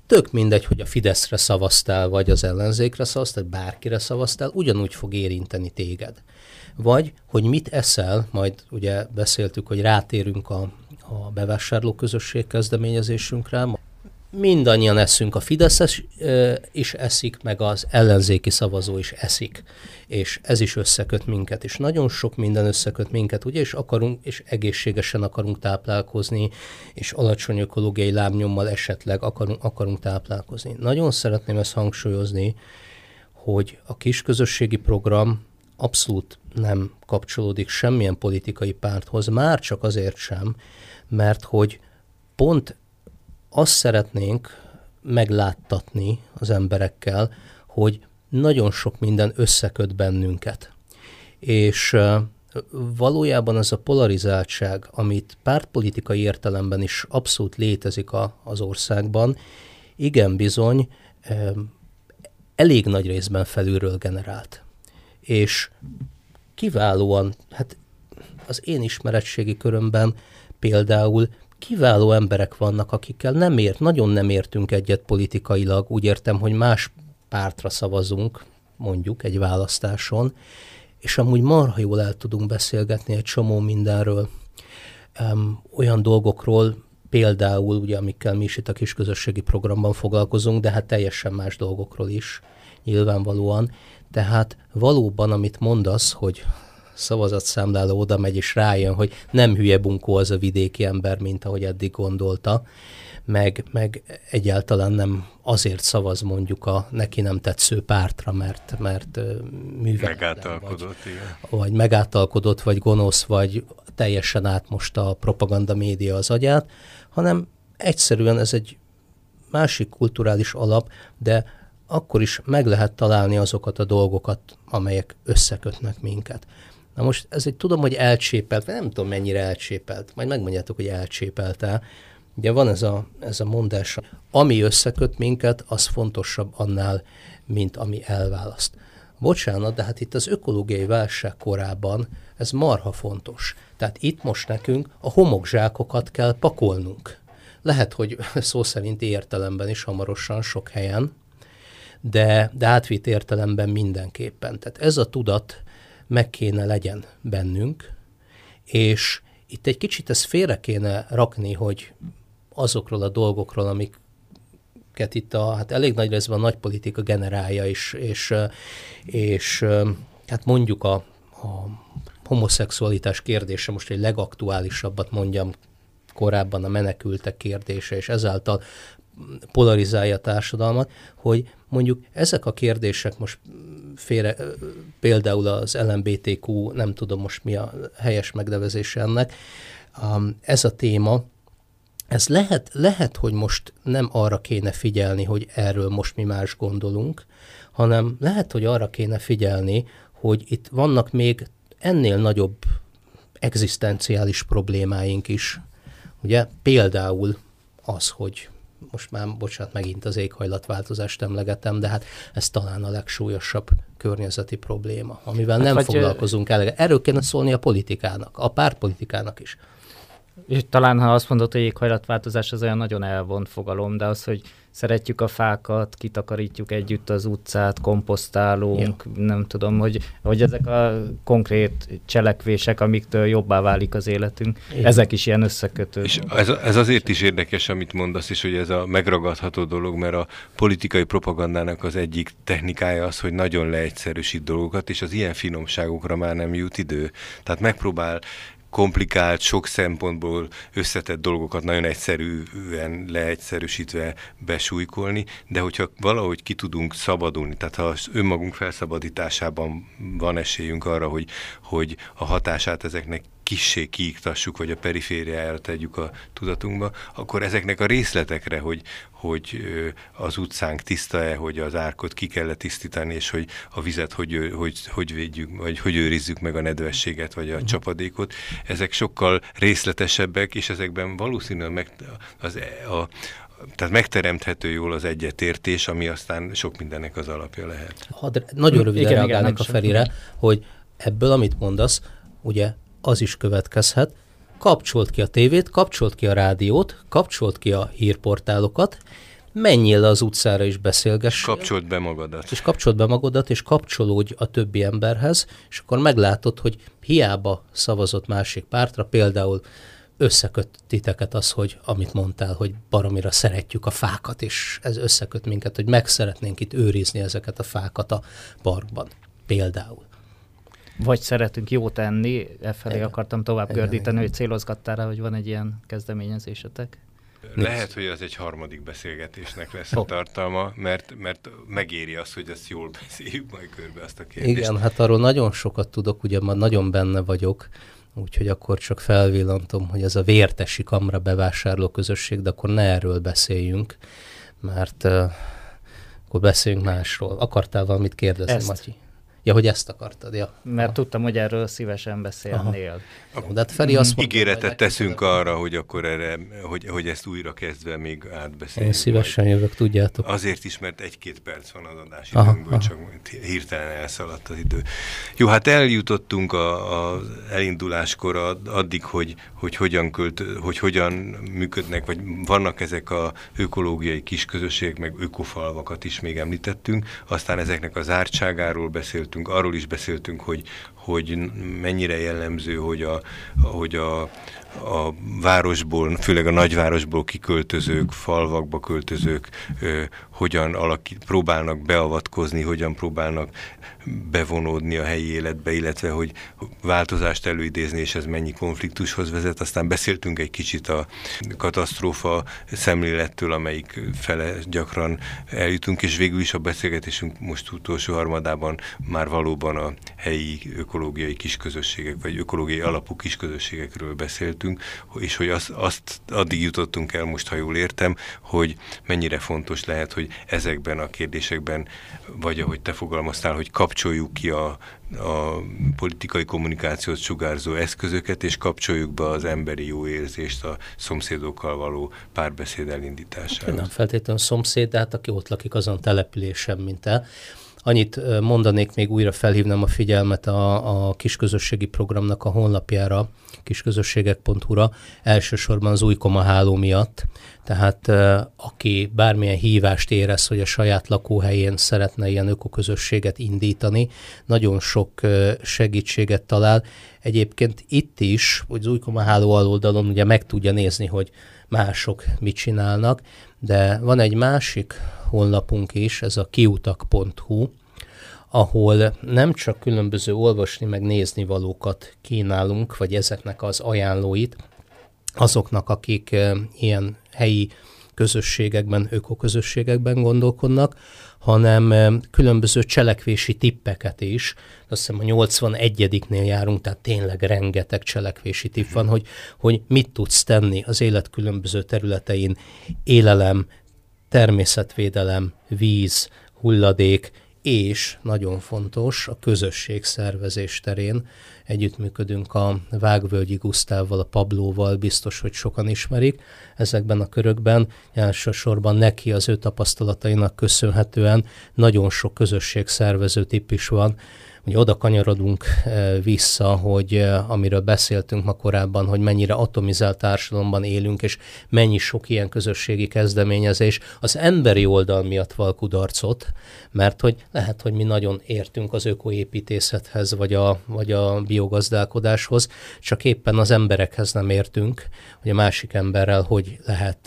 tök mindegy, hogy a Fideszre szavaztál, vagy az ellenzékre szavaztál, bárkire szavaztál, ugyanúgy fog érinteni téged. Vagy, hogy mit eszel, majd ugye beszéltük, hogy rátérünk a bevásárló közösség kezdeményezésünkre. Mindannyian eszünk, a Fidesz is eszik, meg az ellenzéki szavazó is eszik. És ez is összeköt minket, és nagyon sok minden összeköt minket, ugye, és egészségesen akarunk táplálkozni, és alacsony ökológiai lábnyommal esetleg akarunk táplálkozni. Nagyon szeretném ezt hangsúlyozni, hogy a kisközösségi program abszolút nem kapcsolódik semmilyen politikai párthoz, már csak azért sem, mert hogy pont azt szeretnénk megláttatni az emberekkel, hogy nagyon sok minden összeköt bennünket. És valójában ez a polarizáltság, amit pártpolitikai értelemben is abszolút létezik az országban, igen bizony elég nagy részben felülről generált. És kiválóan, hát az én ismeretségi körömben például kiváló emberek vannak, akikkel nagyon nem értünk egyet politikailag, úgy értem, hogy más pártra szavazunk, mondjuk egy választáson, és amúgy marha jól el tudunk beszélgetni egy csomó mindenről, olyan dolgokról, például, ugye, amikkel mi is itt a kisközösségi programban foglalkozunk, de hát teljesen más dolgokról is, nyilvánvalóan. Tehát valóban, amit mondasz, hogy szavazatszámláló oda megy és rájön, hogy nem hülye bunkó az a vidéki ember, mint ahogy eddig gondolta, meg egyáltalán nem azért szavaz mondjuk a neki nem tetsző pártra, mert megáltalkodott, vagy megáltalkodott, vagy gonosz, vagy teljesen átmosta a propaganda média az agyát, hanem egyszerűen ez egy másik kulturális alap, de akkor is meg lehet találni azokat a dolgokat, amelyek összekötnek minket. Na most tudom, hogy elcsépelt, vagy nem tudom mennyire elcsépelt, majd megmondjátok, hogy elcsépelt-e. Ugye van ez a mondás, ami összeköt minket, az fontosabb annál, mint ami elválaszt. Bocsánat, de hát itt az ökológiai válság korában ez marha fontos. Tehát itt most nekünk a homokzsákokat kell pakolnunk. Lehet, hogy szó szerinti értelemben is hamarosan sok helyen, de átvitt értelemben mindenképpen. Tehát ez a tudat meg kéne legyen bennünk, és itt egy kicsit ezt félre kéne rakni, hogy azokról a dolgokról, amiket itt hát elég nagy részben a nagypolitika generálja, és hát mondjuk a homoszexualitás kérdése, most egy legaktuálisabbat mondjam, korábban a menekültek kérdése, és ezáltal polarizálja a társadalmat, hogy mondjuk ezek a kérdések most például az LMBTQ, nem tudom most mi a helyes megnevezése ennek, ez a téma, ez lehet, hogy most nem arra kéne figyelni, hogy erről most mi más gondolunk, hanem lehet, hogy arra kéne figyelni, hogy itt vannak még ennél nagyobb egzisztenciális problémáink is. Ugye például az, hogy most már, bocsánat, megint az éghajlatváltozást emlegetem, de hát ez talán a legsúlyosabb környezeti probléma, amivel nem foglalkozunk eleget. Erről kéne szólni a politikának, a pártpolitikának is. És talán, ha azt mondod, hogy éghajlatváltozás, az olyan nagyon elvont fogalom, de az, hogy szeretjük a fákat, kitakarítjuk együtt az utcát, komposztálunk, nem tudom, hogy ezek a konkrét cselekvések, amiktől jobbá válik az életünk, ezek is ilyen összekötő. És ez azért is érdekes, amit mondasz, és hogy ez a megragadható dolog, mert a politikai propagandának az egyik technikája az, hogy nagyon leegyszerűsít dolgokat, és az ilyen finomságokra már nem jut idő. Tehát megpróbál komplikált, sok szempontból összetett dolgokat nagyon egyszerűen, leegyszerűsítve besúlykolni, de hogyha valahogy ki tudunk szabadulni, tehát ha önmagunk felszabadításában van esélyünk arra, hogy a hatását ezeknek kissé kiiktassuk, vagy a perifériájára tegyük a tudatunkba, akkor ezeknek a részletekre, hogy az utcánk tiszta-e, hogy az árkot ki kell tisztítani, és hogy a vizet hogy védjük, vagy hogy őrizzük meg a nedvességet, vagy a csapadékot, ezek sokkal részletesebbek, és ezekben valószínűleg tehát megteremthető jól az egyetértés, ami aztán sok mindennek az alapja lehet. Nagyon röviden reagálnék a Ferire, hogy ebből, amit mondasz, ugye az is következhet, kapcsolt ki a tévét, kapcsolt ki a rádiót, kapcsolt ki a hírportálokat, menjél le az utcára és beszélgess. Kapcsold be magadat. És kapcsold be magadat, és kapcsolódj a többi emberhez, és akkor meglátod, hogy hiába szavazott másik pártra, például összeköt titeket az, hogy amit mondtál, hogy baromira szeretjük a fákat, és ez összeköt minket, hogy meg szeretnénk itt őrizni ezeket a fákat a parkban. Például. Vagy szeretünk jót tenni, efelé akartam tovább gördíteni, hogy célozgattál rá, hogy van egy ilyen kezdeményezésetek. Lehet, hogy az egy harmadik beszélgetésnek lesz a tartalma, mert megéri azt, hogy ezt jól beszéljük majd körbe azt a kérdést. Igen, hát arról nagyon sokat tudok, ugye már nagyon benne vagyok, úgyhogy akkor csak felvillantom, hogy ez a vértesi kamra bevásárló közösség, de akkor ne erről beszéljünk, mert akkor beszéljünk másról. Akartál valamit kérdezni, Matyi? Ja, hogy ezt akartad, ja. Mert tudtam, hogy erről szívesen beszélnél. De hát Feri azt mondta, ígéretet teszünk arra, hogy akkor erre, hogy ezt újra kezdve még átbeszéljünk. Én szívesen jövök, tudjátok. Azért is, mert 1-2 perc van az adásidőnkből, csak hirtelen elszaladt az idő. Jó, hát eljutottunk az elinduláskor addig, hogy hogyan működnek, vagy vannak ezek az ökológiai kisközösségek, meg ökofalvakat is még említettünk, aztán ezeknek a zártságáról beszéltünk, arról is beszéltünk, hogy mennyire jellemző, hogy a városból, főleg a nagyvárosból kiköltözők, falvakba költözők hogyan próbálnak beavatkozni, hogyan próbálnak bevonódni a helyi életbe, illetve hogy változást előidézni, és ez mennyi konfliktushoz vezet. Aztán beszéltünk egy kicsit a katasztrófa szemlélettől, amelyik fele gyakran eljutunk, és végül is a beszélgetésünk most utolsó harmadában már valóban a helyi ökológiai kisközösségek, vagy ökológiai alapú kisközösségekről beszéltünk, és hogy azt addig jutottunk el most, ha jól értem, hogy mennyire fontos lehet, hogy ezekben a kérdésekben, vagy ahogy te fogalmaztál, hogy kapcsoljuk ki a politikai kommunikációt sugárzó eszközöket, és kapcsoljuk be az emberi jó érzést a szomszédokkal való párbeszéd elindítására. Nem feltétlenül szomszéd, de hát aki ott lakik azon a településen, mint te. Annyit mondanék, még újra felhívnám a figyelmet a kisközösségi programnak a honlapjára, kisközösségek.hu-ra, elsősorban az Újkoma háló miatt. Tehát aki bármilyen hívást érez, hogy a saját lakóhelyén szeretne ilyen ökoközösséget indítani, nagyon sok segítséget talál. Egyébként itt is, hogy az Újkoma háló aloldalon ugye meg tudja nézni, hogy mások mit csinálnak, de van egy másik honlapunk is, ez a kiutak.hu, ahol nem csak különböző olvasni meg nézni valókat kínálunk, vagy ezeknek az ajánlóit, azoknak, akik ilyen helyi közösségekben, ökoközösségekben gondolkodnak, hanem különböző cselekvési tippeket is. Azt hiszem a 81-nél járunk, tehát tényleg rengeteg cselekvési tipp van, hogy mit tudsz tenni az élet különböző területein, élelem, természetvédelem, víz, hulladék, és nagyon fontos, a közösségszervezés terén együttműködünk a Vágvölgyi Gusztávval, a Pablóval, biztos, hogy sokan ismerik ezekben a körökben. Elsősorban neki az ő tapasztalatainak köszönhetően nagyon sok közösségszervező tipp is van. Ugye oda kanyarodunk vissza, hogy amiről beszéltünk ma korábban, hogy mennyire atomizált társadalomban élünk, és mennyi sok ilyen közösségi kezdeményezés az emberi oldal miatt val kudarcot, mert hogy lehet, hogy mi nagyon értünk az ökoépítészethez, vagy a biogazdálkodáshoz, csak éppen az emberekhez nem értünk, hogy a másik emberrel hogy lehet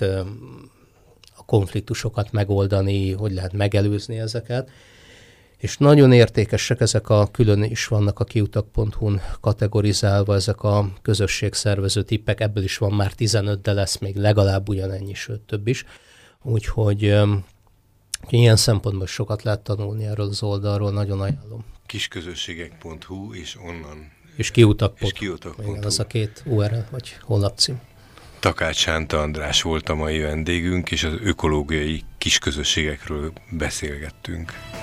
a konfliktusokat megoldani, hogy lehet megelőzni ezeket. És nagyon értékesek ezek külön is vannak a kiutak.hu-n kategorizálva ezek a közösségszervező tippek, ebből is van már 15, de lesz még legalább ugyanennyi, sőt több is. Úgyhogy ilyen szempontból sokat lehet tanulni erről az oldalról, nagyon ajánlom. Kisközösségek.hu és onnan. És kiutak.hu. Igen, az a két URL vagy honlapcím. Takács Sánta András volt a mai vendégünk, és az ökológiai kisközösségekről beszélgettünk.